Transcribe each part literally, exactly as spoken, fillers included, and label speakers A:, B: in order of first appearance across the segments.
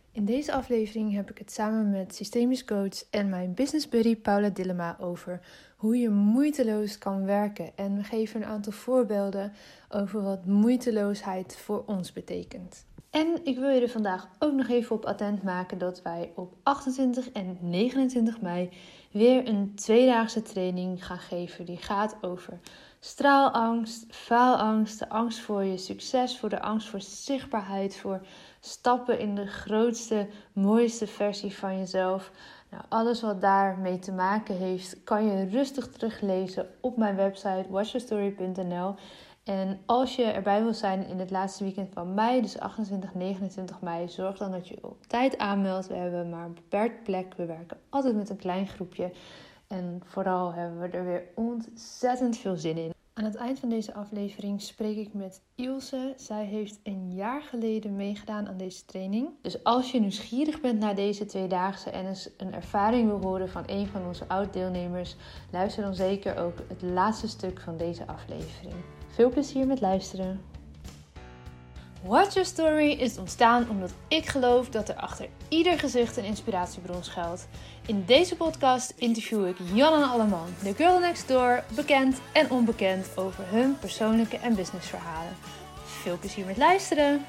A: In deze aflevering heb ik het samen met systemisch coach en mijn business buddy Paula Dillema over hoe je moeiteloos kan werken. En we geven een aantal voorbeelden over wat moeiteloosheid voor ons betekent. En ik wil je er vandaag ook nog even op attent maken dat wij op achtentwintig en negenentwintig mei weer een tweedaagse training gaan geven. Die gaat over straalangst, faalangst, de angst voor je succes, voor de angst voor zichtbaarheid, voor stappen in de grootste, mooiste versie van jezelf. Nou, alles wat daarmee te maken heeft, kan je rustig teruglezen op mijn website watch your story punt n l. En als je erbij wil zijn in het laatste weekend van mei, dus achtentwintig, negenentwintig mei, zorg dan dat je op tijd aanmeldt. We hebben maar een beperkt plek. We werken altijd met een klein groepje. En vooral hebben we er weer ontzettend veel zin in. Aan het eind van deze aflevering spreek ik met Ilse. Zij heeft een jaar geleden meegedaan aan deze training. Dus als je nieuwsgierig bent naar deze tweedaagse en eens een ervaring wil horen van een van onze oud-deelnemers, luister dan zeker ook het laatste stuk van deze aflevering. Veel plezier met luisteren. Watch Your Story is ontstaan omdat ik geloof dat er achter ieder gezicht een inspiratiebron schuilt. In deze podcast interview ik Jan en Alleman, de girl next door, bekend en onbekend over hun persoonlijke en businessverhalen. Veel plezier met luisteren.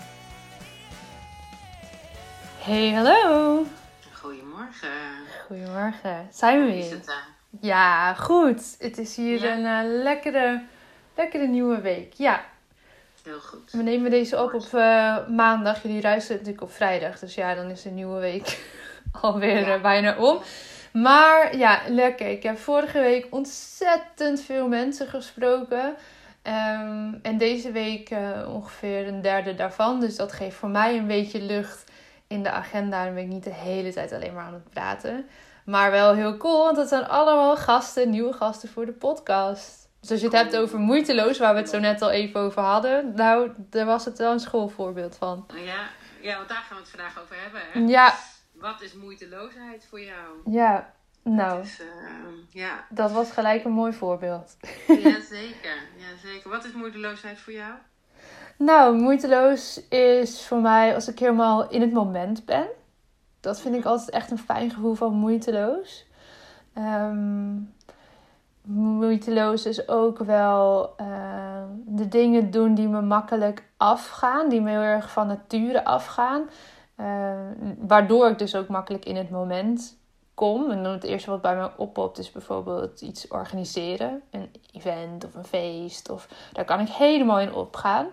A: Hey, hallo.
B: Goedemorgen.
A: Goedemorgen. Zijn we
B: Hoe
A: weer?
B: is het daar?
A: Ja, goed. Het is hier
B: Ja?
A: een uh, lekkere, lekkere nieuwe week. Ja.
B: Heel goed.
A: We nemen deze op op uh, maandag. Jullie luisteren natuurlijk op vrijdag. Dus ja, dan is de nieuwe week alweer
B: Ja.
A: uh, bijna om. Maar ja, lekker. Ik heb vorige week ontzettend veel mensen gesproken. Um, en deze week uh, ongeveer een derde daarvan. Dus dat geeft voor mij een beetje lucht in de agenda. Dan ben ik niet de hele tijd alleen maar aan het praten. Maar wel heel cool, want dat zijn allemaal gasten, nieuwe gasten voor de podcast. Dus als je het hebt over moeiteloos, waar we het zo net al even over hadden. Nou, daar was het wel een schoolvoorbeeld van.
B: Ja, ja, want daar gaan we het vandaag over hebben. Hè?
A: Ja,
B: Wat is moeiteloosheid voor jou?
A: ja, nou,
B: Dus, uh, ja.
A: dat was gelijk een mooi voorbeeld.
B: Jazeker, jazeker. Wat is moeiteloosheid voor jou?
A: Nou, moeiteloos is voor mij als ik helemaal in het moment ben. Dat vind ik altijd echt een fijn gevoel van moeiteloos. Um, moeiteloos is ook wel uh, de dingen doen die me makkelijk afgaan. Die me heel erg van nature afgaan. Uh, waardoor ik dus ook makkelijk in het moment kom. En dan het eerste wat bij me oppopt is bijvoorbeeld iets organiseren. Een event of een feest. Of, daar kan ik helemaal in opgaan.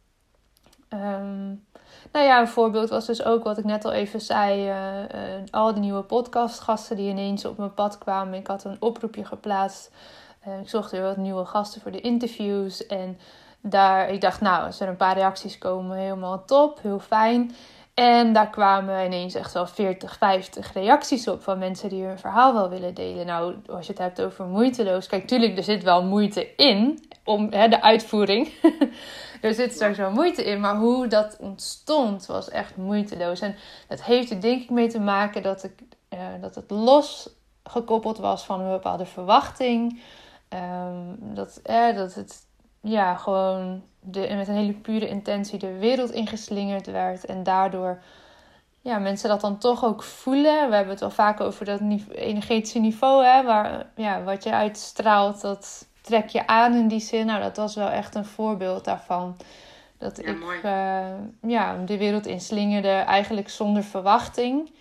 A: Um, nou ja, een voorbeeld was dus ook wat ik net al even zei. Uh, uh, al die nieuwe podcastgasten die ineens op mijn pad kwamen. Ik had een oproepje geplaatst. Uh, ik zocht weer wat nieuwe gasten voor de interviews. En daar, ik dacht, nou, als er een paar reacties komen, helemaal top, heel fijn. En daar kwamen ineens echt wel veertig, vijftig reacties op van mensen die hun verhaal wel willen delen. Nou, als je het hebt over moeiteloos. Kijk, tuurlijk, er zit wel moeite in, om hè, de uitvoering. Er zit straks wel moeite in, maar hoe dat ontstond was echt moeiteloos. En dat heeft er denk ik mee te maken dat, ik, uh, dat het losgekoppeld was van een bepaalde verwachting. Um, dat, eh, dat het ja, gewoon de, met een hele pure intentie de wereld ingeslingerd werd. En daardoor ja, mensen dat dan toch ook voelen. We hebben het wel vaak over dat niveau, energetische niveau. Hè, waar, ja, wat je uitstraalt, dat trek je aan in die zin. Nou, dat was wel echt een voorbeeld daarvan. Dat
B: Ja,
A: ik
B: mooi.
A: uh, ja, de wereld inslingerde eigenlijk zonder verwachting.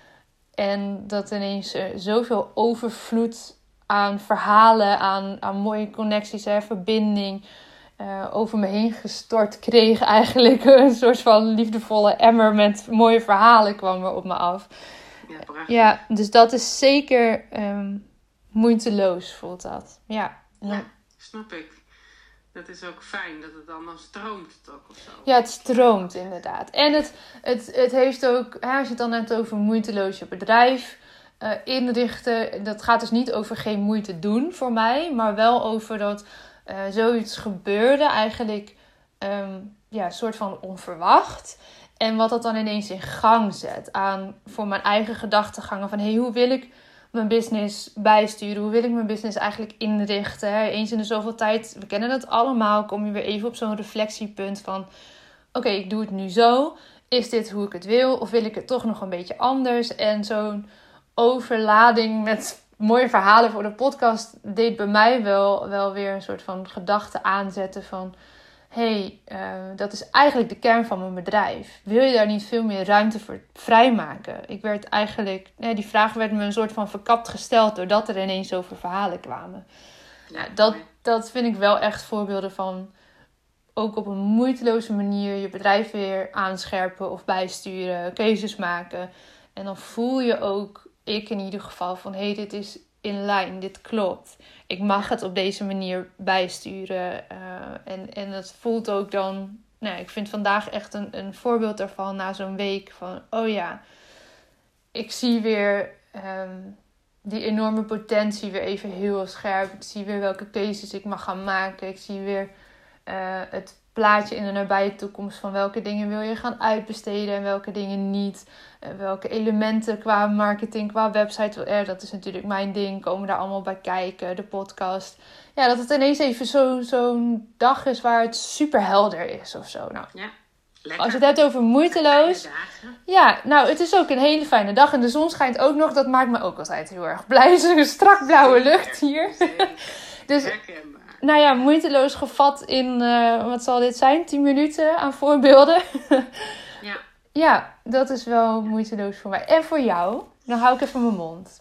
A: En dat ineens uh, zoveel overvloed aan verhalen, aan, aan mooie connecties, hè, verbinding, uh, over me heen gestort kreeg. Eigenlijk een soort van liefdevolle emmer met mooie verhalen kwam er op me af.
B: Ja, prachtig.
A: Ja, dus dat is zeker um, moeiteloos, voelt dat. Ja.
B: Ja, snap ik. Dat is ook fijn, dat het dan, dan stroomt het ook of zo.
A: Ja, het stroomt inderdaad. En het, het, het heeft ook, hè, als je het dan hebt over moeiteloos je bedrijf uh, inrichten. Dat gaat dus niet over geen moeite doen voor mij. Maar wel over dat uh, zoiets gebeurde eigenlijk um, ja, een soort van onverwacht. En wat dat dan ineens in gang zet aan voor mijn eigen gedachtegangen. Van hey, hoe wil ik mijn business bijsturen? Hoe wil ik mijn business eigenlijk inrichten? Hè? Eens in de zoveel tijd, we kennen dat allemaal, kom je weer even op zo'n reflectiepunt van oké, okay, ik doe het nu zo. is dit hoe ik het wil? Of wil ik het toch nog een beetje anders? En zo'n overlading met mooie verhalen voor de podcast deed bij mij wel, wel weer een soort van gedachte aanzetten van... Hé, hey, uh, dat is eigenlijk de kern van mijn bedrijf. Wil je daar niet veel meer ruimte voor vrijmaken? Ik werd eigenlijk... Nee, die vraag werd me een soort van verkapt gesteld... doordat er ineens zoveel verhalen kwamen. Nou, dat, dat vind ik wel echt voorbeelden van... ook op een moeiteloze manier je bedrijf weer aanscherpen of bijsturen, keuzes maken. En dan voel je ook, ik in ieder geval, van hé, hey, dit is in lijn, dit klopt. Ik mag het op deze manier bijsturen. Uh, en, en het voelt ook dan, nou, ik vind vandaag echt een, een voorbeeld daarvan na zo'n week van, oh ja, ik zie weer um, die enorme potentie weer even heel scherp. Ik zie weer welke keuzes ik mag gaan maken. Ik zie weer uh, het plaatje in de nabije toekomst van welke dingen wil je gaan uitbesteden en welke dingen niet. Uh, welke elementen qua marketing, qua website, er, dat is natuurlijk mijn ding, komen daar allemaal bij kijken, de podcast. Ja, dat het ineens even zo, zo'n dag is waar het super helder is of zo. Nou,
B: ja, lekker.
A: Als je het hebt over moeiteloos. Ja, nou, het is ook een hele fijne dag en de zon schijnt ook nog. Dat maakt me ook altijd heel erg blij. Zo'n strak blauwe lucht hier. Dus, nou ja, moeiteloos gevat in, uh, wat zal dit zijn? tien minuten aan voorbeelden.
B: Ja.
A: Ja, dat is wel moeiteloos voor mij. En voor jou? Dan hou ik even mijn mond.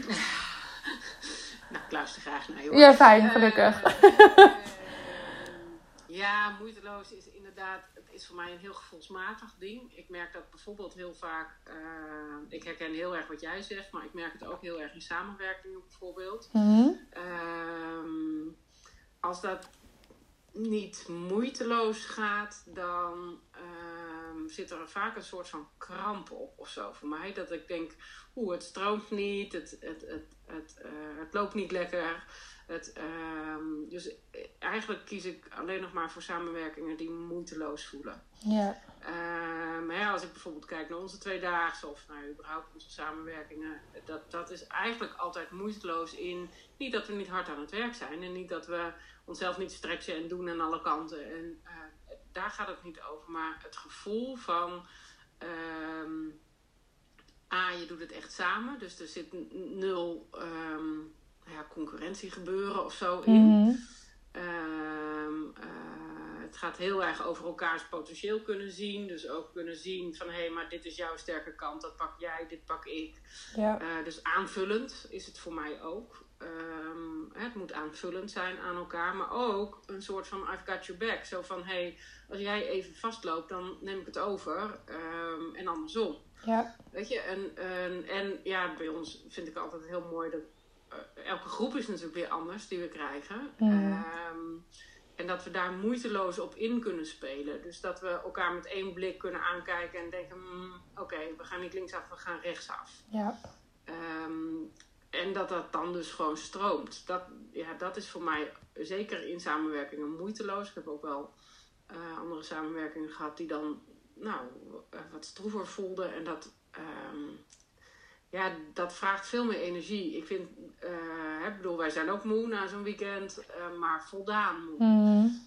B: Nou, ik luister graag naar je.
A: Ja, fijn, gelukkig.
B: Uh, uh, ja, moeiteloos is inderdaad, het is voor mij een heel gevoelsmatig ding. Ik merk dat bijvoorbeeld heel vaak, uh, ik herken heel erg wat jij zegt, maar ik merk het ook heel erg in samenwerking bijvoorbeeld.
A: Mm-hmm.
B: Um, als dat niet moeiteloos gaat, dan um, zit er vaak een soort van kramp op of zo voor mij. Dat ik denk, oeh, het stroomt niet, het, het, het, het, uh, het loopt niet lekker. Het, um, dus eigenlijk kies ik alleen nog maar voor samenwerkingen die moeiteloos voelen.
A: Ja.
B: Um, hè, als ik bijvoorbeeld kijk naar onze tweedaagse of nou, überhaupt onze samenwerkingen, dat, dat is eigenlijk altijd moeiteloos in, niet dat we niet hard aan het werk zijn en niet dat we onszelf niet stretchen en doen aan alle kanten. En uh, daar gaat het niet over, maar het gevoel van um, A, je doet het echt samen, dus er zit n- nul um, ja, concurrentie gebeuren of zo in.
A: Mm-hmm.
B: Um, uh, het gaat heel erg over elkaars potentieel kunnen zien. Dus ook kunnen zien van, hé, hey, maar dit is jouw sterke kant. Dat pak jij, dit pak ik.
A: Ja.
B: Uh, dus aanvullend is het voor mij ook. Um, het moet aanvullend zijn aan elkaar. Maar ook een soort van, I've got your back. Zo van, hé, hey, als jij even vastloopt, dan neem ik het over. Um, en andersom.
A: Ja.
B: Weet je, en, en, en ja, bij ons vind ik altijd heel mooi dat Uh, elke groep is natuurlijk weer anders die we krijgen.
A: Mm.
B: Um, en dat we daar moeiteloos op in kunnen spelen. Dus dat we elkaar met één blik kunnen aankijken en denken, mm, oké, okay, we gaan niet linksaf, we gaan rechtsaf.
A: Ja.
B: Um, en dat dat dan dus gewoon stroomt. Dat, ja, dat is voor mij zeker in samenwerkingen moeiteloos. Ik heb ook wel uh, andere samenwerkingen gehad die dan nou, uh, wat stroever voelden. En dat... Um, Ja, dat vraagt veel meer energie. Ik vind, uh, ik bedoel, wij zijn ook moe na zo'n weekend, uh, maar voldaan moe.
A: Mm.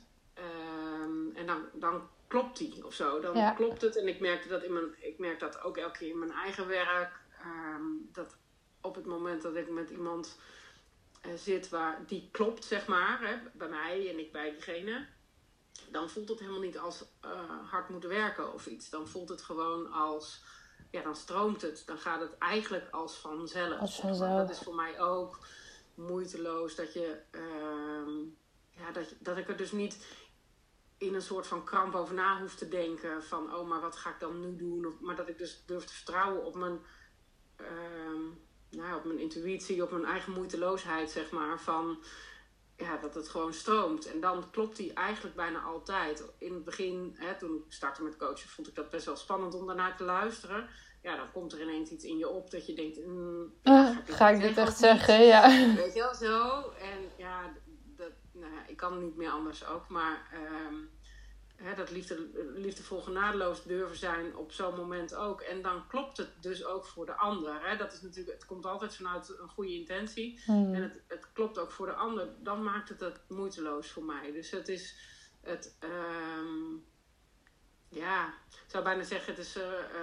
B: Um, en dan, dan klopt die of zo. Dan
A: ja.
B: klopt het. En ik merkte dat in mijn, ik merk dat ook elke keer in mijn eigen werk. Um, dat op het moment dat ik met iemand uh, zit waar die klopt, zeg maar, hè, bij mij en ik bij diegene, dan voelt het helemaal niet als uh, hard moeten werken of iets. Dan voelt het gewoon als, ja, dan stroomt het. Dan gaat het eigenlijk als vanzelf.
A: Als vanzelf.
B: Zeg maar. Dat is voor mij ook moeiteloos. Dat je, uh, ja, dat, je, dat ik er dus niet in een soort van kramp over na hoef te denken. Van, oh, maar wat ga ik dan nu doen? Of, maar dat ik dus durf te vertrouwen op mijn, uh, nou, op mijn intuïtie, op mijn eigen moeiteloosheid, zeg maar. Van, ja, dat het gewoon stroomt. En dan klopt die eigenlijk bijna altijd. In het begin, hè, toen ik startte met coachen, vond ik dat best wel spannend om daarnaar te luisteren. Ja, dan komt er ineens iets in je op dat je denkt, mm, ja, ga ik dit,
A: ga ik dit echt zeggen? Ja.
B: Weet je wel, zo. En ja, dat, nou ja, ik kan niet meer anders ook. Maar um, hè, dat liefde, liefdevol genadeloos durven zijn op zo'n moment ook. En dan klopt het dus ook voor de ander. Hè. Dat is natuurlijk, het komt altijd vanuit een goede intentie. Hmm. En het, het klopt ook voor de ander. Dan maakt het het moeiteloos voor mij. Dus het is het... Um, ja, ik zou bijna zeggen, het is uh,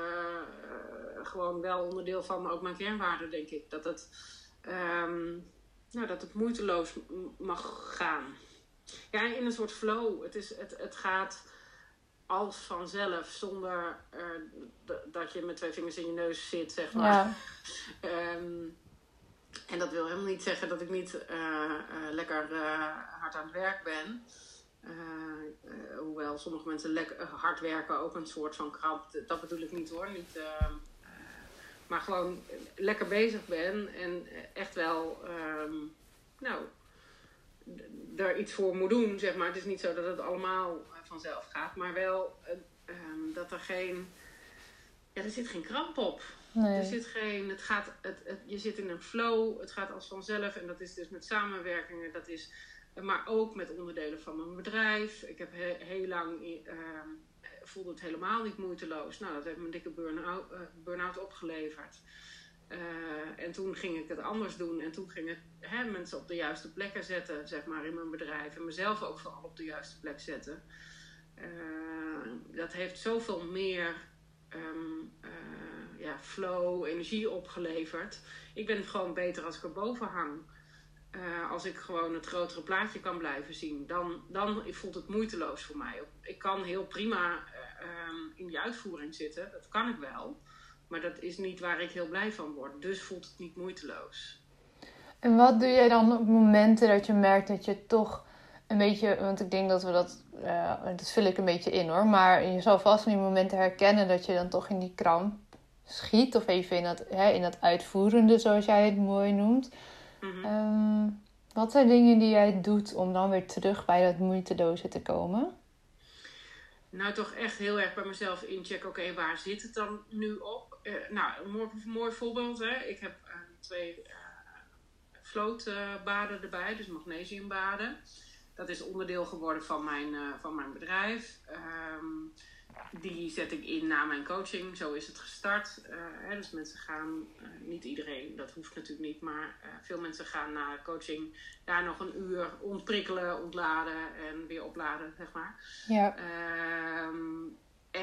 B: uh, gewoon wel onderdeel van ook mijn kernwaarden, denk ik. Dat het, um, nou, dat het moeiteloos mag gaan. Ja, in een soort flow. Het, is, het, het gaat als vanzelf, zonder uh, d- dat je met twee vingers in je neus zit, zeg maar. Ja. um, en dat wil helemaal niet zeggen dat ik niet uh, uh, lekker uh, hard aan het werk ben. Uh, uh, hoewel sommige mensen lekker hard werken ook een soort van kramp. Dat bedoel ik niet hoor. Niet, uh, uh, maar gewoon lekker bezig ben en echt wel um, nou, d- er iets voor moet doen, zeg maar. Het is niet zo dat het allemaal vanzelf gaat, maar wel uh, um, dat er geen... Ja, er zit geen kramp op. Nee. Er zit geen... Het gaat, het, het, je zit in een flow, het gaat als vanzelf en dat is dus met samenwerkingen, dat is... Maar ook met onderdelen van mijn bedrijf. Ik heb he- heel lang... Uh, voelde het helemaal niet moeiteloos. Nou, dat heeft me een dikke burn-out, uh, burn-out opgeleverd. Uh, en toen ging ik het anders doen. En toen ging ik hè, mensen op de juiste plekken zetten, zeg maar, in mijn bedrijf. En mezelf ook vooral op de juiste plek zetten. Uh, dat heeft zoveel meer um, uh, ja, flow, energie opgeleverd. Ik ben gewoon beter als ik erboven hang. Uh, als ik gewoon het grotere plaatje kan blijven zien, dan, dan voelt het moeiteloos voor mij. Ik kan heel prima uh, um, in die uitvoering zitten, dat kan ik wel. Maar dat is niet waar ik heel blij van word. Dus voelt het niet moeiteloos.
A: En wat doe jij dan op momenten dat je merkt dat je toch een beetje... Want ik denk dat we dat... Uh, dat vul ik een beetje in hoor. Maar je zal vast van die momenten herkennen dat je dan toch in die kramp schiet. Of even in dat, hè, in dat uitvoerende, zoals jij het mooi noemt. Mm-hmm. Um, wat zijn dingen die jij doet om dan weer terug bij dat moeiteloze te komen?
B: Nou, toch echt heel erg bij mezelf inchecken. Oké, okay, waar zit het dan nu op? Uh, nou, een mooi, mooi voorbeeld. Hè? Ik heb uh, twee uh, vlootbaden uh, erbij, dus magnesiumbaden. Dat is onderdeel geworden van mijn, uh, van mijn bedrijf. Um, Die zet ik in na mijn coaching. Zo is het gestart. Uh, hè, dus mensen gaan, uh, niet iedereen, dat hoeft natuurlijk niet, maar uh, veel mensen gaan na coaching daar nog een uur ontprikkelen, ontladen en weer opladen, zeg maar. Ja. Um,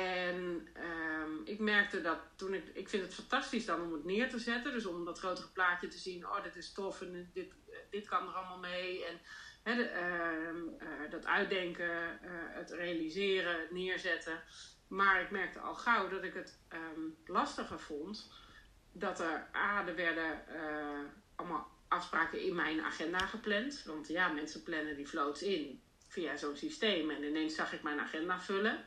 B: en um, ik merkte dat toen ik, ik vind het fantastisch dan om het neer te zetten. Dus om dat grotere plaatje te zien. Oh, dit is tof en dit, dit kan er allemaal mee. En He, de, uh, uh, dat uitdenken, uh, het realiseren, het neerzetten. Maar ik merkte al gauw dat ik het um, lastiger vond. Dat er, ah, er werden uh, allemaal afspraken in mijn agenda gepland. Want ja, mensen plannen die floats in via zo'n systeem. En ineens zag ik mijn agenda vullen.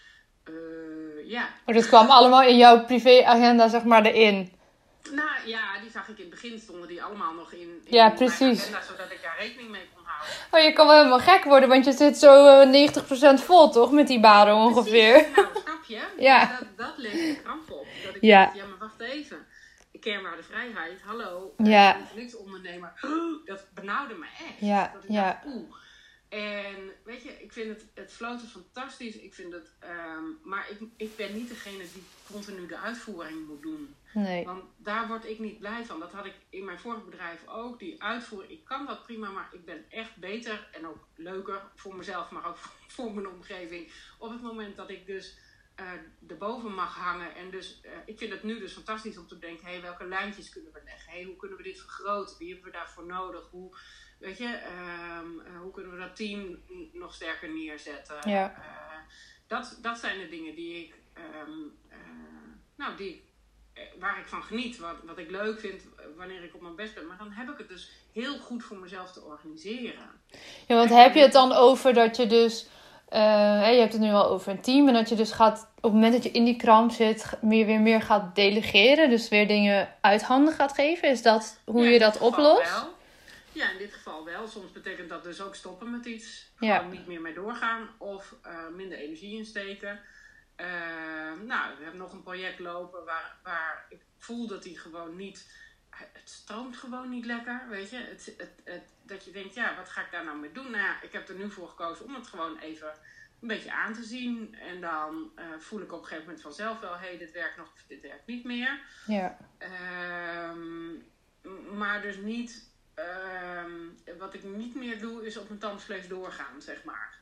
B: Uh, ja.
A: Maar dat kwam allemaal in jouw privéagenda, zeg maar, erin?
B: Nou ja, die zag ik in het begin, stonden die allemaal nog in, in
A: ja,
B: mijn
A: precies.
B: agenda, zodat ik daar rekening mee kon houden.
A: Oh, je kan wel helemaal gek worden, want je zit zo uh, negentig procent vol, toch? Met die baden ongeveer.
B: Precies, nou, snap je?
A: Ja.
B: Dat, dat levert de kramp op. Dat ik
A: ja.
B: dacht, ja, maar wacht even. Kernwaarde vrijheid, hallo.
A: Ja.
B: Uh, niks ondernemer. Oh, dat benauwde me echt.
A: Ja,
B: dat ik
A: ja.
B: dacht, oeh. En weet je, ik vind het, het floten fantastisch. Ik vind het, um, maar ik, ik ben niet degene die continu de uitvoering moet doen.
A: Nee.
B: Want daar word ik niet blij van. Dat had ik in mijn vorige bedrijf ook. Die uitvoering, ik kan dat prima, maar ik ben echt beter en ook leuker voor mezelf, maar ook voor mijn omgeving. Op het moment dat ik dus uh, erboven mag hangen. En dus, uh, ik vind het nu dus fantastisch om te denken, hé, hey, welke lijntjes kunnen we leggen? Hey, hoe kunnen we dit vergroten? Wie hebben we daarvoor nodig? Hoe... Weet je, um, uh, hoe kunnen we dat team nog sterker neerzetten?
A: Ja.
B: Uh, dat, dat zijn de dingen die ik, um, uh, nou, die, waar ik van geniet. Wat, wat ik leuk vind wanneer ik op mijn best ben. Maar dan heb ik het dus heel goed voor mezelf te organiseren.
A: Ja, want heb je het dan over dat je dus... Uh, je hebt het nu al over een team. En dat je dus gaat, op het moment dat je in die kramp zit, meer, weer meer gaat delegeren. Dus weer dingen uit handen gaat geven. Is dat hoe
B: ja,
A: je dat oplost?
B: Wel. Ja, in dit geval wel. Soms betekent dat dus ook stoppen met iets. Gewoon ja. niet meer mee doorgaan. Of uh, minder energie insteken. Uh, nou, we hebben nog een project lopen waar, waar ik voel dat die gewoon niet... Het stroomt gewoon niet lekker, weet je. Het, het, het, dat je denkt, ja, wat ga ik daar nou mee doen? Nou ja, ik heb er nu voor gekozen om het gewoon even een beetje aan te zien. En dan uh, voel ik op een gegeven moment vanzelf wel... Hé, hey, dit werkt nog of dit werkt niet meer.
A: Ja.
B: Uh, maar dus niet... Uh, wat ik niet meer doe, is op mijn tandvlees doorgaan, zeg maar.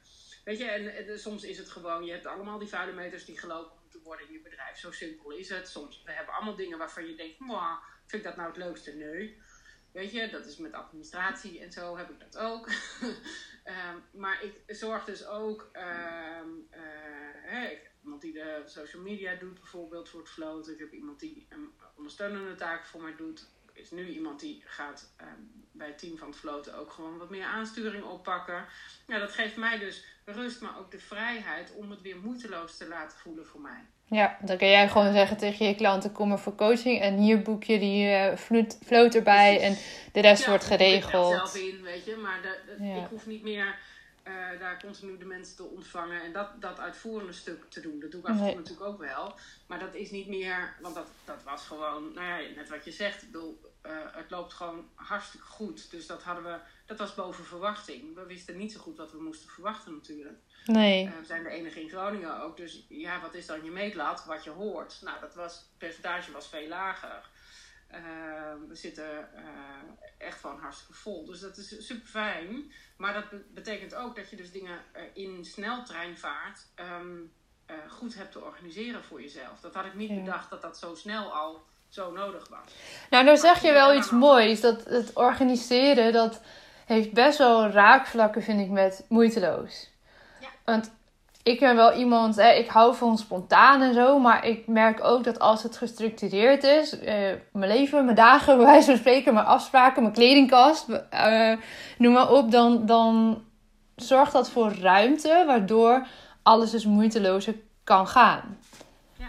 B: weet je, en, en soms is het gewoon, je hebt allemaal die vuile meters die gelopen moeten worden in je bedrijf. Zo simpel is het. Soms, we hebben allemaal dingen waarvan je denkt, mwah, vind ik dat nou het leukste? Nee. Weet je, dat is met administratie en zo heb ik dat ook. um, maar ik zorg dus ook, um, uh, hè, ik heb iemand die de social media doet bijvoorbeeld voor het Float. Ik heb iemand die um, ondersteunende taken voor mij doet. Er is nu iemand die gaat um, bij het team van het Float ook gewoon wat meer aansturing oppakken. Ja, dat geeft mij dus rust, maar ook de vrijheid om het weer moeiteloos te laten voelen voor mij.
A: Ja, dan kun jij gewoon zeggen tegen je klanten, kom maar voor coaching en hier boek je die uh, float erbij en de rest ja, wordt geregeld.
B: Ik zelf in, weet je, maar de, de, ja. ik hoef niet meer uh, daar continu de mensen te ontvangen en dat, dat uitvoerende stuk te doen. Dat doe ik af en toe nee. natuurlijk ook wel, maar dat is niet meer, want dat, dat was gewoon, nou ja, net wat je zegt, ik bedoel, uh, het loopt gewoon hartstikke goed. Dus dat hadden we, dat was boven verwachting. We wisten niet zo goed wat we moesten verwachten natuurlijk.
A: Nee.
B: Uh, we zijn de enige in Groningen ook. Dus ja, wat is dan je meetlat? Wat je hoort. Nou, dat was, het percentage was veel lager. Uh, we zitten uh, echt gewoon hartstikke vol. Dus dat is super fijn. Maar dat be- betekent ook dat je dus dingen uh, in sneltreinvaart um, uh, goed hebt te organiseren voor jezelf. Dat had ik niet ja. bedacht dat dat zo snel al zo nodig was.
A: Nou, daar zeg je wel iets moois. Dat het organiseren, dat heeft best wel raakvlakken, vind ik, met moeiteloos. Want ik ben wel iemand, hè, ik hou van spontaan en zo. Maar ik merk ook dat als het gestructureerd is. Uh, mijn leven, mijn dagen, bij wijze van spreken, mijn afspraken, mijn kledingkast. Uh, noem maar op. Dan, dan zorgt dat voor ruimte. Waardoor alles dus moeitelozer kan gaan.
B: Ja.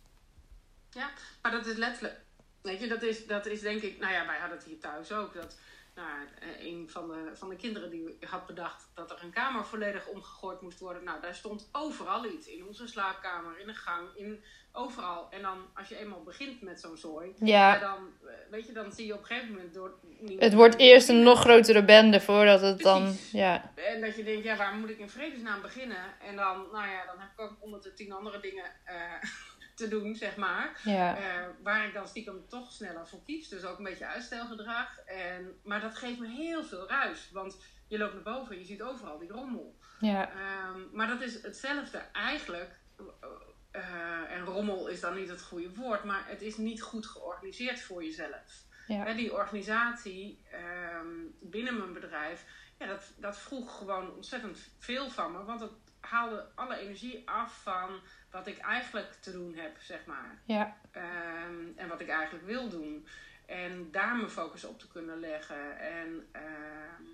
B: Ja, maar dat is letterlijk. Weet je, dat is, dat is denk ik. Nou ja, wij hadden het hier thuis ook. Dat. Nou, een van de, van de kinderen die had bedacht dat er een kamer volledig omgegooid moest worden. Nou, daar stond overal iets. In onze slaapkamer, in de gang, in, overal. En dan, als je eenmaal begint met zo'n zooi,
A: ja.
B: dan, weet je, dan zie je op een gegeven moment door...
A: Het wordt eerst een nog grotere bende voordat het
B: Precies.
A: dan... Ja.
B: En dat je denkt, ja, waar moet ik in vredesnaam beginnen? En dan, nou ja, dan heb ik ook onder de tien andere dingen... Uh, te doen, zeg maar.
A: Ja.
B: Uh, waar ik dan stiekem toch sneller voor kies. Dus ook een beetje uitstelgedrag. En, maar dat geeft me heel veel ruis. Want je loopt naar boven en je ziet overal die rommel.
A: Ja.
B: Um, maar dat is hetzelfde eigenlijk. Uh, en rommel is dan niet het goede woord. Maar het is niet goed georganiseerd voor jezelf.
A: Ja.
B: Hè, die organisatie um, binnen mijn bedrijf. Ja, dat, dat vroeg gewoon ontzettend veel van me. Want het haalde alle energie af van... wat ik eigenlijk te doen heb, zeg maar.
A: Ja.
B: Um, en wat ik eigenlijk wil doen. En daar mijn focus op te kunnen leggen. En, uh,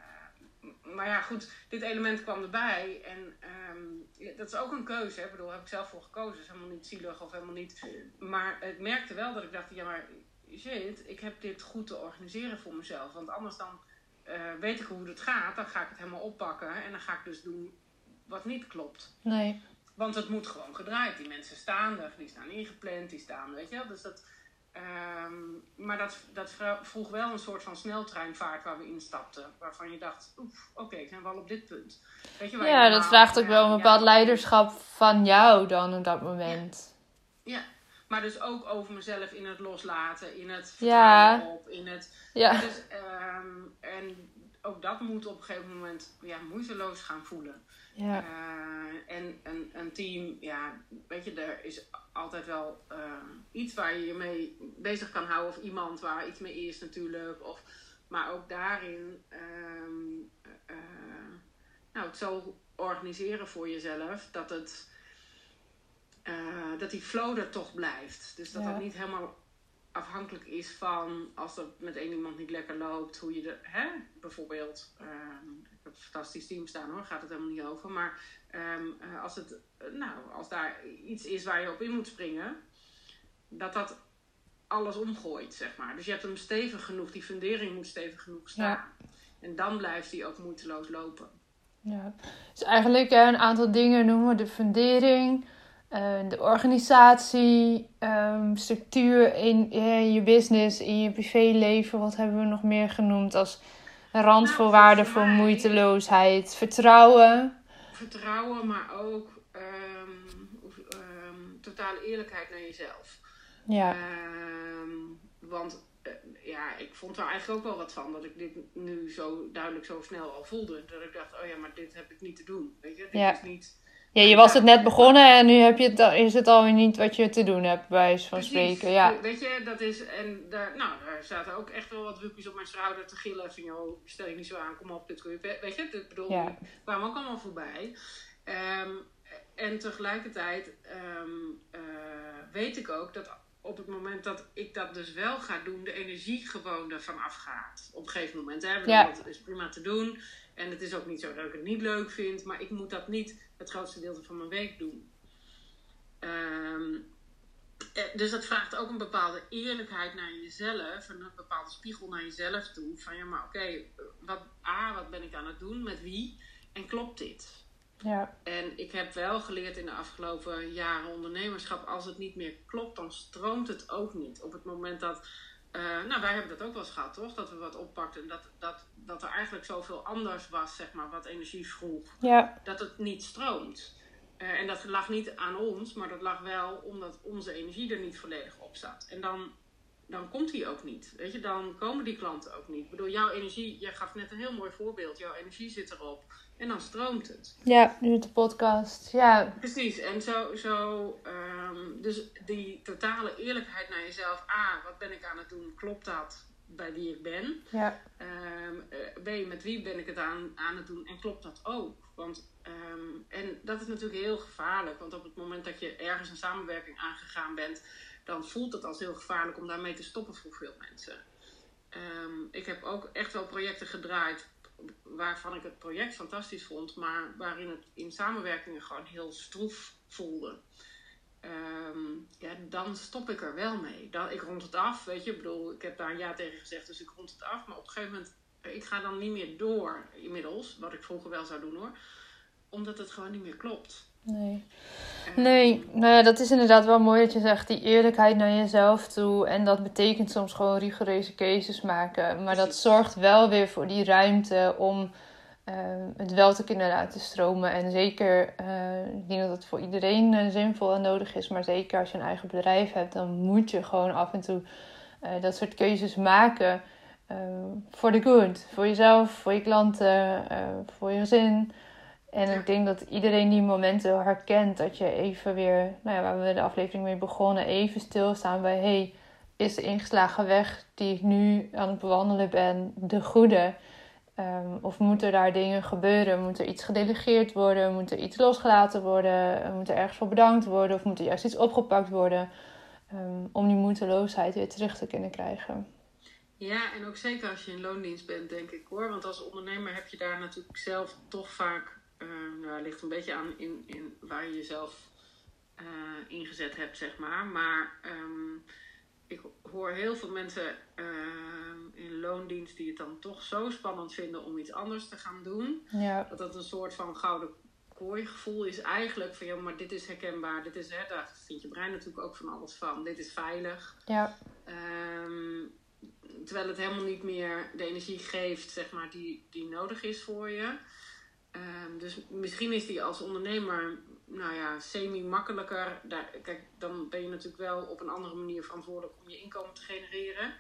B: uh, maar ja, goed, dit element kwam erbij. En um, dat is ook een keuze. Hè. Ik bedoel, daar heb ik zelf voor gekozen. Dat is helemaal niet zielig of helemaal niet... Maar ik merkte wel dat ik dacht, ja maar shit, ik heb dit goed te organiseren voor mezelf. Want anders dan uh, weet ik hoe het gaat. Dan ga ik het helemaal oppakken. En dan ga ik dus doen wat niet klopt.
A: Nee.
B: Want het moet gewoon gedraaid. Die mensen staan er, die staan ingepland, die staan, weet je wel. Dus dat, um, maar dat, dat vroeg wel een soort van sneltreinvaart waar we instapten. Waarvan je dacht, oef, oké, okay, zijn we al op dit punt. Weet je, waar
A: ja,
B: je
A: dat vraagt ook
B: ja,
A: wel een bepaald
B: ja,
A: leiderschap van jou dan op dat moment.
B: Ja. ja, maar dus ook over mezelf in het loslaten, in het vertrouwen ja. op, in het...
A: Ja.
B: Dus, um, en ook dat moet op een gegeven moment ja, moeiteloos gaan voelen.
A: Ja.
B: Uh, en een, een team, ja, weet je, er is altijd wel uh, iets waar je je mee bezig kan houden. Of iemand waar iets mee is natuurlijk. Of, maar ook daarin, um, uh, nou, het zo organiseren voor jezelf dat het, uh, dat die flow er toch blijft. Dus dat ja. dat niet helemaal afhankelijk is van als het met één iemand niet lekker loopt, hoe je er, hè, bijvoorbeeld, uh, ik heb een fantastisch team staan hoor, gaat het helemaal niet over, maar um, uh, als het, uh, nou, als daar iets is waar je op in moet springen, dat dat alles omgooit, zeg maar. Dus je hebt hem stevig genoeg, die fundering moet stevig genoeg staan. Ja. En dan blijft hij ook moeiteloos lopen.
A: Ja, dus eigenlijk hè, een aantal dingen noemen, de fundering, Uh, de organisatie, um, structuur in, in je business, in je privéleven. Wat hebben we nog meer genoemd als randvoorwaarden nou, voor, voor moeiteloosheid? Vertrouwen.
B: Vertrouwen, maar ook um, um, totale eerlijkheid naar jezelf.
A: Ja.
B: Um, want uh, ja, ik vond er eigenlijk ook wel wat van. Dat ik dit nu zo duidelijk zo snel al voelde. Dat ik dacht, oh ja, maar dit heb ik niet te doen. Weet je, dit
A: Ja.
B: is niet...
A: Ja, je was het net begonnen en nu heb je het, is het alweer niet wat je te doen hebt, bij wijze van
B: Precies.
A: spreken. Ja.
B: Weet je, dat is... En daar, nou, daar zaten ook echt wel wat wuppies op mijn schouder te gillen. Van, joh, stel je niet zo aan, kom op, dit kun je... Weet je, ik bedoel,
A: Ja.
B: die kwamen ook allemaal voorbij. Um, en tegelijkertijd um, uh, weet ik ook dat op het moment dat ik dat dus wel ga doen, de energie gewoon ervan afgaat. Op een gegeven moment. Hè?
A: Ja.
B: Dat is prima te doen. En het is ook niet zo dat ik het niet leuk vind. Maar ik moet dat niet het grootste deel van mijn week doen. Um, dus dat vraagt ook een bepaalde eerlijkheid naar jezelf. En een bepaalde spiegel naar jezelf toe. Van ja, maar oké, okay, wat, A, wat ben ik aan het doen? Met wie? En klopt dit?
A: Ja.
B: En ik heb wel geleerd in de afgelopen jaren ondernemerschap, als het niet meer klopt, dan stroomt het ook niet. Op het moment dat, uh, nou wij hebben dat ook wel eens gehad, toch? Dat we wat oppakten en dat, dat, dat er eigenlijk zoveel anders was, zeg maar, wat energie vroeg.
A: Ja.
B: Dat het niet stroomt. Uh, en dat lag niet aan ons, maar dat lag wel omdat onze energie er niet volledig op zat. En dan, dan komt die ook niet. Weet je, dan komen die klanten ook niet. Ik bedoel, jouw energie, jij gaf net een heel mooi voorbeeld. Jouw energie zit erop. En dan stroomt het.
A: Ja, nu met de podcast. Ja.
B: Precies. En zo, zo um, dus die totale eerlijkheid naar jezelf. A, wat ben ik aan het doen? Klopt dat bij wie ik ben?
A: Ja.
B: Um, B, met wie ben ik het aan, aan het doen? En klopt dat ook? Want, um, en dat is natuurlijk heel gevaarlijk. Want op het moment dat je ergens een samenwerking aangegaan bent, dan voelt het als heel gevaarlijk om daarmee te stoppen voor veel mensen. Um, ik heb ook echt wel projecten gedraaid waarvan ik het project fantastisch vond, maar waarin het in samenwerkingen gewoon heel stroef voelde. Um, ja, dan stop ik er wel mee. Dan, ik rond het af, weet je. Ik bedoel, ik heb daar een ja tegen gezegd, dus ik rond het af. Maar op een gegeven moment, ik ga dan niet meer door inmiddels, wat ik vroeger wel zou doen hoor. Omdat het gewoon niet meer klopt.
A: Nee. Nee, nou ja, dat is inderdaad wel mooi dat je zegt, die eerlijkheid naar jezelf toe. En dat betekent soms gewoon rigoureuze keuzes maken. Maar dat zorgt wel weer voor die ruimte om uh, het wel te kunnen laten stromen. En zeker, uh, ik denk dat het voor iedereen uh, zinvol en nodig is. Maar zeker als je een eigen bedrijf hebt, dan moet je gewoon af en toe uh, dat soort keuzes maken. Voor uh, de good. Voor jezelf, voor je klanten, uh, voor je gezin. En ja. Ik denk dat iedereen die momenten herkent. Dat je even weer, nou ja, waar we de aflevering mee begonnen, even stilstaan bij, hey, is de ingeslagen weg die ik nu aan het bewandelen ben de goede? Um, of moeten daar dingen gebeuren? Moet er iets gedelegeerd worden? Moet er iets losgelaten worden? Moet er ergens voor bedankt worden? Of moet er juist iets opgepakt worden? Um, om die moeiteloosheid weer terug te kunnen krijgen.
B: Ja, en ook zeker als je in loondienst bent, denk ik hoor. Want als ondernemer heb je daar natuurlijk zelf toch vaak... Uh, nou, het ligt een beetje aan in, in waar je jezelf uh, ingezet hebt, zeg maar. Maar um, ik hoor heel veel mensen uh, in loondienst die het dan toch zo spannend vinden om iets anders te gaan doen.
A: Ja. Dat
B: dat een soort van gouden kooi gevoel is eigenlijk van, ja, maar dit is herkenbaar. Dit is, hè, daar vindt je brein natuurlijk ook van alles van. Dit is veilig.
A: Ja.
B: Um, terwijl het helemaal niet meer de energie geeft, zeg maar, die, die nodig is voor je. Um, dus misschien is die als ondernemer, nou ja, semi-makkelijker. Daar, kijk, dan ben je natuurlijk wel op een andere manier verantwoordelijk om je inkomen te genereren.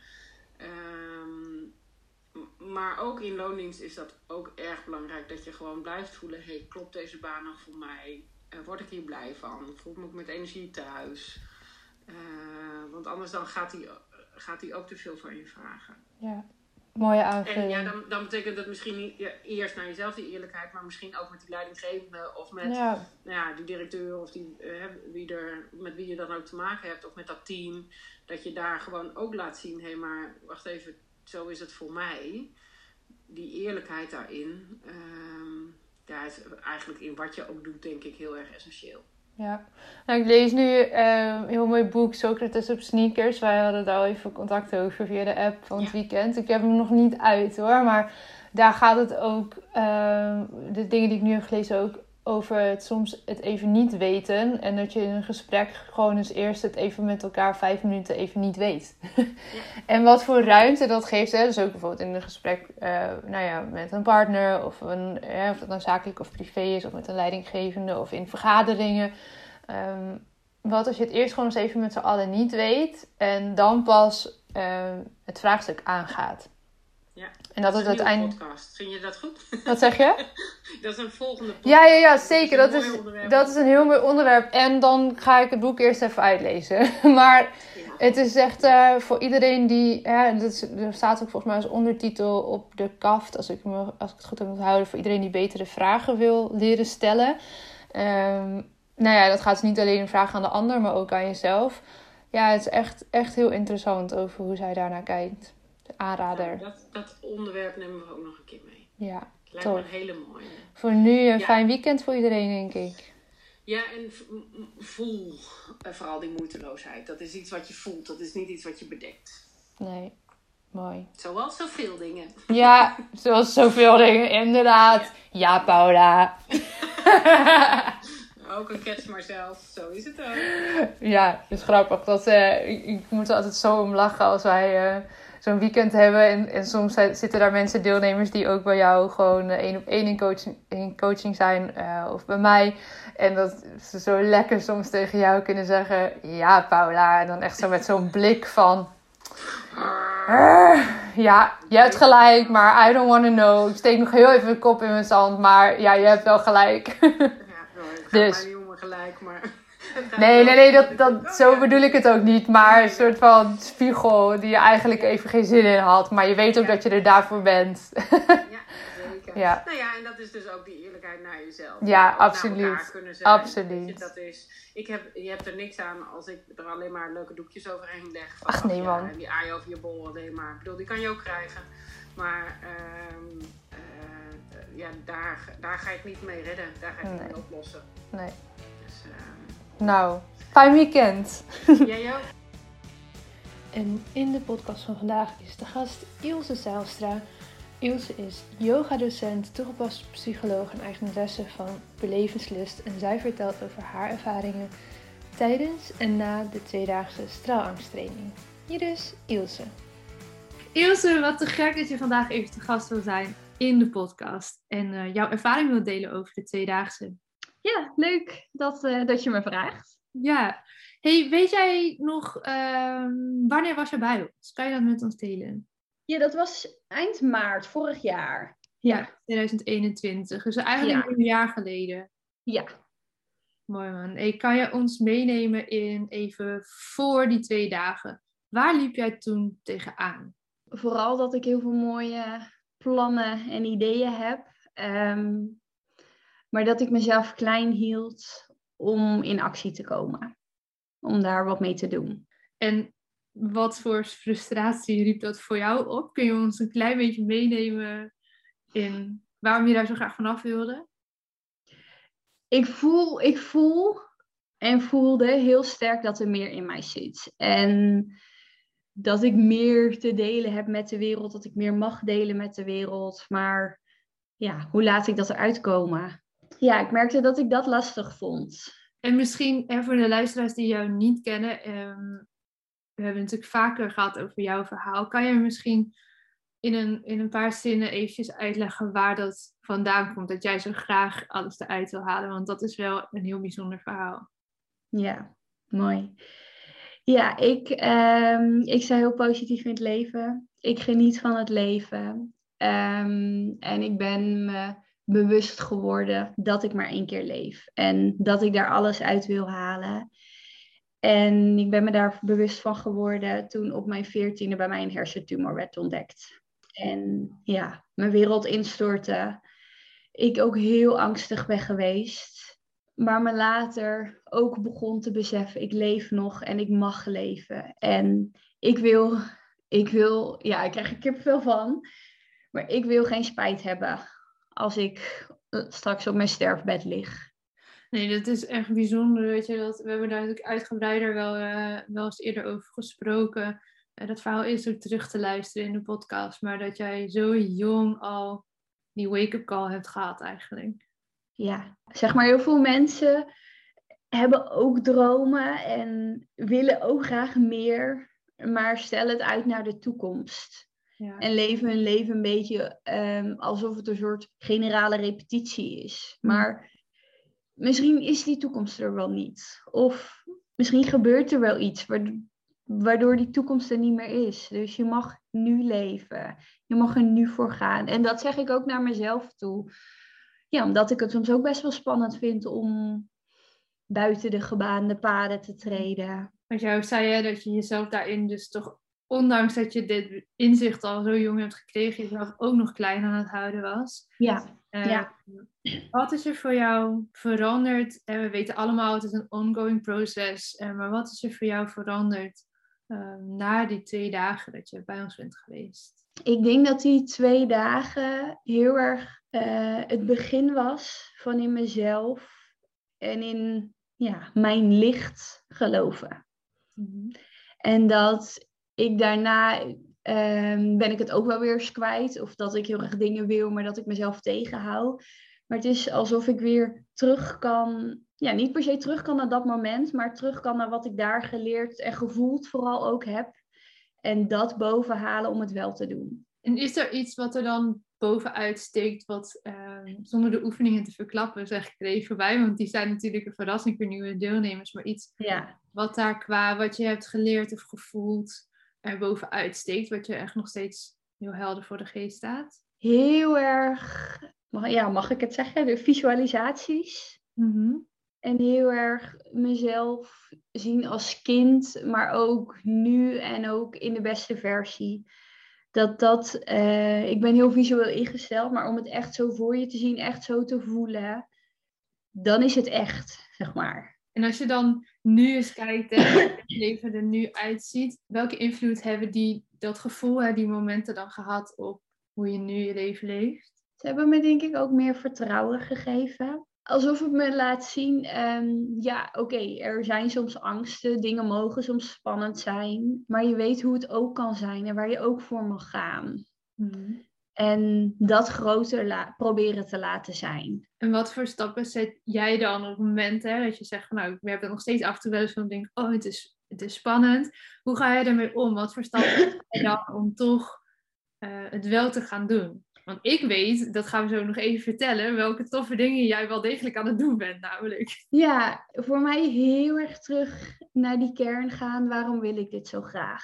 B: Um, maar ook in loondienst is dat ook erg belangrijk. Dat je gewoon blijft voelen, hey, klopt deze baan nog voor mij? Uh, word ik hier blij van? Voel ik me met energie thuis? Uh, want anders dan gaat die, gaat die ook te veel van je vragen.
A: Ja. Mooie aanvulling.
B: En ja, dan, dan betekent dat misschien niet ja, eerst naar jezelf die eerlijkheid, maar misschien ook met die leidinggevende of met
A: ja.
B: Nou ja, die directeur of die, uh, wie er, met wie je dan ook te maken hebt of met dat team. Dat je daar gewoon ook laat zien, hé, hey, maar wacht even, zo is het voor mij. Die eerlijkheid daarin, um, ja, is eigenlijk in wat je ook doet, denk ik, heel erg essentieel.
A: Ja, nou, ik lees nu uh, een heel mooi boek, Socrates op sneakers. Wij hadden daar al even contact over via de app van het ja. weekend. Ik heb hem nog niet uit hoor, maar daar gaat het ook, uh, de dingen die ik nu heb gelezen ook, over het soms het even niet weten. En dat je in een gesprek gewoon eens eerst het even met elkaar vijf minuten even niet weet. Ja. En wat voor ruimte dat geeft. Hè? Dus ook bijvoorbeeld in een gesprek uh, nou ja, met een partner. Of, een, ja, of dat nou zakelijk of privé is. Of met een leidinggevende. Of in vergaderingen. Um, wat als je het eerst gewoon eens even met z'n allen niet weet. En dan pas uh, het vraagstuk aangaat.
B: Ja,
A: en dat, dat het uiteindelijk.
B: Podcast. Vind je dat goed?
A: Wat zeg je?
B: Dat is een volgende podcast.
A: Ja, ja, ja, zeker. Dat is,
B: dat is,
A: dat is een heel mooi onderwerp. En dan ga ik het boek eerst even uitlezen. Maar ja. Het is echt uh, voor iedereen die... Ja, dat is, er staat ook volgens mij als ondertitel op de kaft, als ik, me, als ik het goed heb onthouden, voor iedereen die betere vragen wil leren stellen. Um, nou ja, dat gaat dus niet alleen om vragen aan de ander, maar ook aan jezelf. Ja, het is echt, echt heel interessant over hoe zij daarnaar kijkt. Aanrader.
B: Ja, dat, dat onderwerp nemen we ook nog een keer mee.
A: Ja,
B: lijkt me een hele mooie.
A: Voor nu een
B: ja.
A: fijn weekend voor iedereen, denk ik.
B: Ja, en voel vooral die moeiteloosheid. Dat is iets wat je voelt. Dat is niet iets wat je bedekt.
A: Nee, mooi.
B: Zoals zoveel dingen.
A: Ja, zoals zoveel dingen, inderdaad. Ja, ja Paula.
B: Ook een catch myself. Zo is het ook.
A: Ja, het is grappig. Dat, uh, ik moet er altijd zo om lachen als wij... Uh, zo'n weekend hebben. En, en soms zitten daar mensen, deelnemers, die ook bij jou gewoon één op één in coaching, in coaching zijn. Uh, of bij mij. En dat ze zo lekker soms tegen jou kunnen zeggen, ja Paula. En dan echt zo met zo'n blik van, uh, ja, je hebt gelijk, maar I don't want to know. Ik steek nog heel even de kop in mijn zand, maar ja, je hebt wel gelijk.
B: Ja, nou, het gaat dus. Mij niet om gelijk, maar...
A: Nee, nee, nee, dat, dat, zo bedoel ik het ook niet. Maar een soort van spiegel die je eigenlijk even geen zin in had. Maar je weet ook ja. dat je er daarvoor bent.
B: Ja, zeker. Ja. Nou ja, en dat is dus ook die eerlijkheid naar jezelf.
A: Ja, absoluut.
B: Naar elkaar kunnen zijn.
A: Absoluut.
B: Je, dat is, ik heb, je hebt er niks aan als ik er alleen maar leuke doekjes overheen leg. Van,
A: Ach nee, man.
B: Ja, die aai over je bol alleen maar. Ik bedoel, die kan je ook krijgen. Maar um, uh, ja, daar, daar ga ik niet mee redden. Daar ga ik nee. niet mee oplossen.
A: Nee.
B: Dus, um,
A: nou... Fijn weekend.
B: Jij ook.
A: En in de podcast van vandaag is de gast Ilse Zijlstra. Ilse is yogadocent, toegepaste psycholoog en eigenaresse van Belevenslust. En zij vertelt over haar ervaringen tijdens en na de tweedaagse straalangsttraining. Hier is Ilse. Ilse, wat te gek dat je vandaag even te gast wil zijn in de podcast. En uh, jouw ervaring wil delen over de tweedaagse.
C: Ja, leuk dat, uh, dat je me vraagt.
A: Ja. Hey, weet jij nog, uh, wanneer was je bij ons? Kan je dat met ons delen?
C: Ja, dat was eind maart vorig jaar.
A: Ja, twintig eenentwintig. Dus eigenlijk ja. een jaar geleden.
C: Ja.
A: Mooi man. Hey, kan je ons meenemen in even voor die twee dagen? Waar liep jij toen tegenaan?
C: Vooral dat ik heel veel mooie plannen en ideeën heb. Um, maar dat ik mezelf klein hield om in actie te komen. Om daar wat mee te doen.
A: En wat voor frustratie riep dat voor jou op? Kun je ons een klein beetje meenemen in waarom je daar zo graag vanaf wilde?
C: Ik voel, ik voel en voelde heel sterk dat er meer in mij zit. En dat ik meer te delen heb met de wereld. Dat ik meer mag delen met de wereld. Maar ja, hoe laat ik dat eruit komen? Ja, ik merkte dat ik dat lastig vond.
A: En misschien, en voor de luisteraars die jou niet kennen, um, we hebben natuurlijk vaker gehad over jouw verhaal. Kan je misschien in een, in een paar zinnen eventjes uitleggen waar dat vandaan komt? Dat jij zo graag alles eruit wil halen, want dat is wel een heel bijzonder verhaal.
C: Ja, mooi. Ja, ik, um, ik sta heel positief in het leven. Ik geniet van het leven. Um, en ik ben me bewust geworden dat ik maar één keer leef. En dat ik daar alles uit wil halen. En ik ben me daar bewust van geworden toen op mijn veertiende bij mij een hersentumor werd ontdekt. En ja, mijn wereld instortte. Ik ook heel angstig ben geweest. Maar me later ook begon te beseffen, ik leef nog en ik mag leven. En ik wil, ik wil, ja, ik krijg er kippenvel van. Maar ik wil geen spijt hebben als ik straks op mijn sterfbed lig.
A: Nee, dat is echt bijzonder, weet je. Dat, we hebben daar natuurlijk uitgebreider wel, uh, wel eens eerder over gesproken. Uh, dat verhaal is ook terug te luisteren in de podcast. Maar dat jij zo jong al die wake-up call hebt gehad eigenlijk.
C: Ja, zeg maar heel veel mensen hebben ook dromen en willen ook graag meer. Maar stellen het uit naar de toekomst. Ja. En leven hun leven een beetje um, alsof het een soort generale repetitie is. Maar misschien is die toekomst er wel niet. Of misschien gebeurt er wel iets waardoor die toekomst er niet meer is. Dus je mag nu leven. Je mag er nu voor gaan. En dat zeg ik ook naar mezelf toe. Ja, omdat ik het soms ook best wel spannend vind om buiten de gebaande paden te treden.
A: Want jou zei je dat je jezelf daarin dus toch, ondanks dat je dit inzicht al zo jong hebt gekregen, jezelf ook nog klein aan het houden was.
C: Ja,
A: Uh,
C: ja.
A: Wat is er voor jou veranderd? En we weten allemaal, het is een ongoing proces. Uh, maar wat is er voor jou veranderd uh, na die twee dagen dat je bij ons bent geweest?
C: Ik denk dat die twee dagen heel erg uh, het begin was van in mezelf en in ja, mijn licht geloven. Mm-hmm. En dat ik daarna uh, ben ik het ook wel weer eens kwijt. Of dat ik heel erg dingen wil, maar dat ik mezelf tegenhoud. Maar het is alsof ik weer terug kan, ja, niet per se terug kan naar dat moment, maar terug kan naar wat ik daar geleerd en gevoeld vooral ook heb. En dat bovenhalen om het wel te doen.
A: En is er iets wat er dan bovenuit steekt, wat uh, zonder de oefeningen te verklappen, zeg ik er even bij, want die zijn natuurlijk een verrassing voor nieuwe deelnemers, maar iets ja. wat daar qua wat je hebt geleerd of gevoeld er bovenuit steekt, wat je echt nog steeds heel helder voor de geest staat?
C: Heel erg, ja, mag ik het zeggen, de visualisaties. Mm-hmm. En heel erg mezelf zien als kind, maar ook nu en ook in de beste versie. Dat dat, uh, ik ben heel visueel ingesteld, maar om het echt zo voor je te zien, echt zo te voelen, dan is het echt, zeg maar.
A: En als je dan nu eens kijkt en hoe het leven er nu uitziet, welke invloed hebben die, dat gevoel, die momenten dan gehad op hoe je nu je leven leeft?
C: Ze hebben me denk ik ook meer vertrouwen gegeven. Alsof het me laat zien, um, ja oké, okay, er zijn soms angsten, dingen mogen soms spannend zijn. Maar je weet hoe het ook kan zijn en waar je ook voor mag gaan. Mm-hmm. En dat groter la- proberen te laten zijn.
A: En wat voor stappen zet jij dan op het moment hè, dat je zegt, van, nou, we hebben nog steeds af en toe wel eens van, denk, oh, het is, het is spannend. Hoe ga je ermee om? Wat voor stappen zet je dan om toch uh, het wel te gaan doen? Want ik weet, dat gaan we zo nog even vertellen, welke toffe dingen jij wel degelijk aan het doen bent namelijk.
C: Ja, voor mij heel erg terug naar die kern gaan. Waarom wil ik dit zo graag?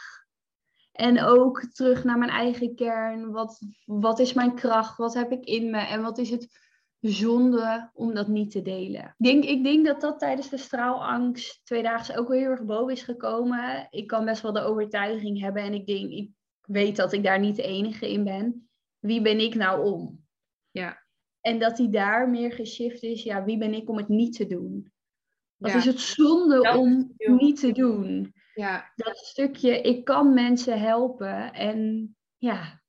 C: En ook terug naar mijn eigen kern. Wat, wat is mijn kracht? Wat heb ik in me? En wat is het zonde om dat niet te delen? Ik denk, ik denk dat dat tijdens de straalangst tweedaags ook wel heel erg boven is gekomen. Ik kan best wel de overtuiging hebben. En ik denk, ik weet dat ik daar niet de enige in ben. Wie ben ik nou om?
A: Ja.
C: En dat die daar meer geshift is. Ja, wie ben ik om het niet te doen? Wat ja. is het zonde dat om heel... niet te doen?
A: Ja.
C: Dat stukje, ik kan mensen helpen. En ja,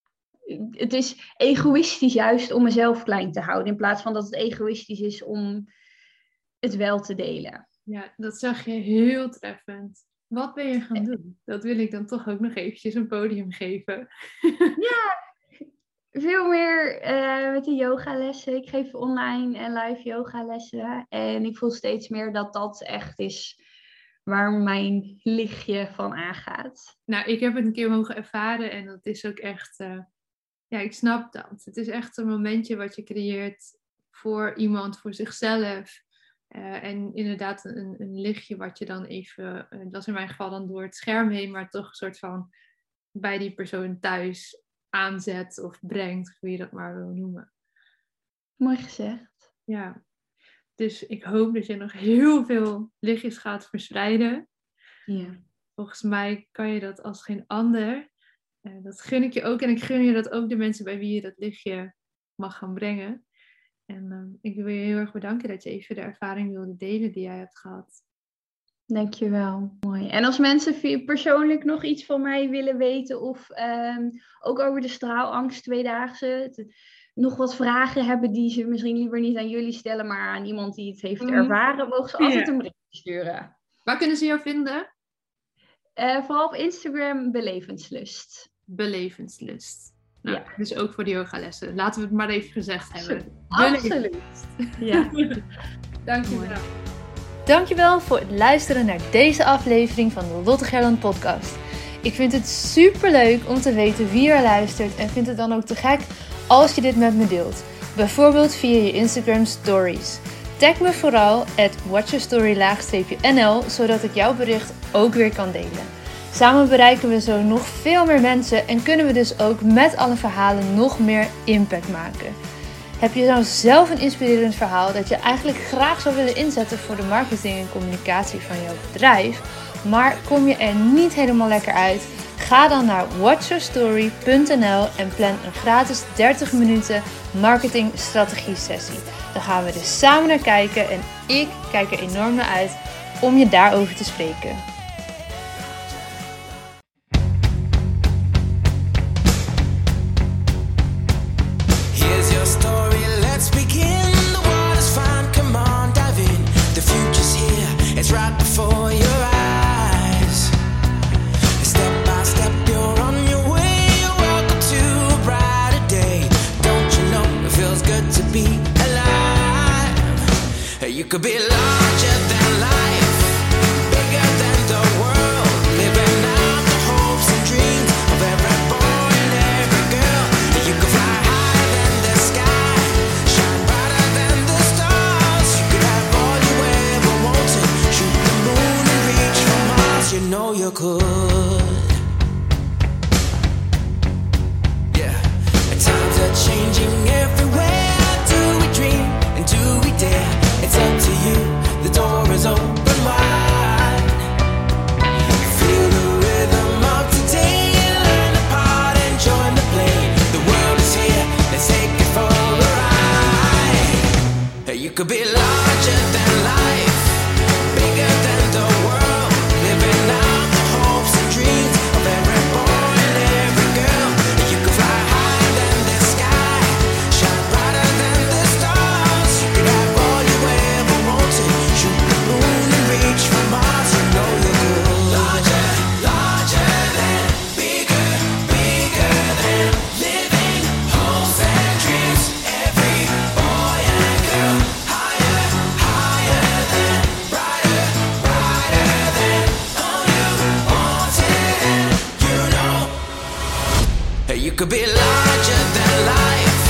C: het is egoïstisch juist om mezelf klein te houden. In plaats van dat het egoïstisch is om het wel te delen.
A: Ja, dat zag je heel treffend. Wat ben je gaan doen? Dat wil ik dan toch ook nog eventjes een podium geven.
C: Ja. Veel meer uh, met de yogalessen. Ik geef online en live yogalessen. En ik voel steeds meer dat dat echt is waar mijn lichtje van aangaat.
A: Nou, ik heb het een keer mogen ervaren en dat is ook echt... Uh, ja, ik snap dat. Het is echt een momentje wat je creëert voor iemand, voor zichzelf. Uh, en inderdaad een, een lichtje wat je dan even... Uh, dat is in mijn geval dan door het scherm heen, maar toch een soort van bij die persoon thuis... aanzet of brengt, hoe je dat maar wil noemen.
C: Mooi gezegd.
A: Ja. Dus ik hoop dat je nog heel veel lichtjes gaat verspreiden.
C: Ja.
A: Volgens mij kan je dat als geen ander. Uh, dat gun ik je ook. En ik gun je dat ook de mensen bij wie je dat lichtje mag gaan brengen. En uh, ik wil je heel erg bedanken dat je even de ervaring wilde delen die jij hebt gehad.
C: Dankjewel. Mooi. En als mensen persoonlijk nog iets van mij willen weten of um, ook over de straalangst tweedaagse, te, nog wat vragen hebben die ze misschien liever niet aan jullie stellen, maar aan iemand die het heeft ervaren, mogen ze altijd ja. een berichtje sturen.
A: Waar kunnen ze jou vinden?
C: Uh, vooral op Instagram Belevenslust.
A: Belevenslust. Nou,
C: ja.
A: Dus ook voor de yogalessen. Laten we het maar even gezegd hebben.
C: Absoluut.
A: Ja. Dankjewel.
D: Dankjewel voor het luisteren naar deze aflevering van de Lotte Gerland podcast. Ik vind het super leuk om te weten wie er luistert en vind het dan ook te gek als je dit met me deelt. Bijvoorbeeld via je Instagram stories. Tag me vooral at watchyourstory-nl zodat ik jouw bericht ook weer kan delen. Samen bereiken we zo nog veel meer mensen en kunnen we dus ook met alle verhalen nog meer impact maken. Heb je nou zelf een inspirerend verhaal dat je eigenlijk graag zou willen inzetten voor de marketing en communicatie van jouw bedrijf, maar kom je er niet helemaal lekker uit? Ga dan naar watch your story punt n l en plan een gratis dertig minuten marketingstrategie sessie. Dan gaan we dus samen naar kijken en ik kijk er enorm naar uit om je daarover te spreken.
E: It's right before your eyes. Step by step, you're on your way. Welcome to a brighter day. Don't you know it feels good to be alive? You could be larger than life, bigger than the world, living out the hopes and dreams of every boy and every girl. You could fly higher than the sky, shine brighter than the stars. You could have all you ever wanted. You know you could. Yeah. And times are changing everywhere. Do we dream and do we dare? It's up to you. The door is open wide. Feel the rhythm of today. Learn the part and join the play. The world is here. Let's take it for a ride. You could be larger than life, bigger than the world. You could be larger than life,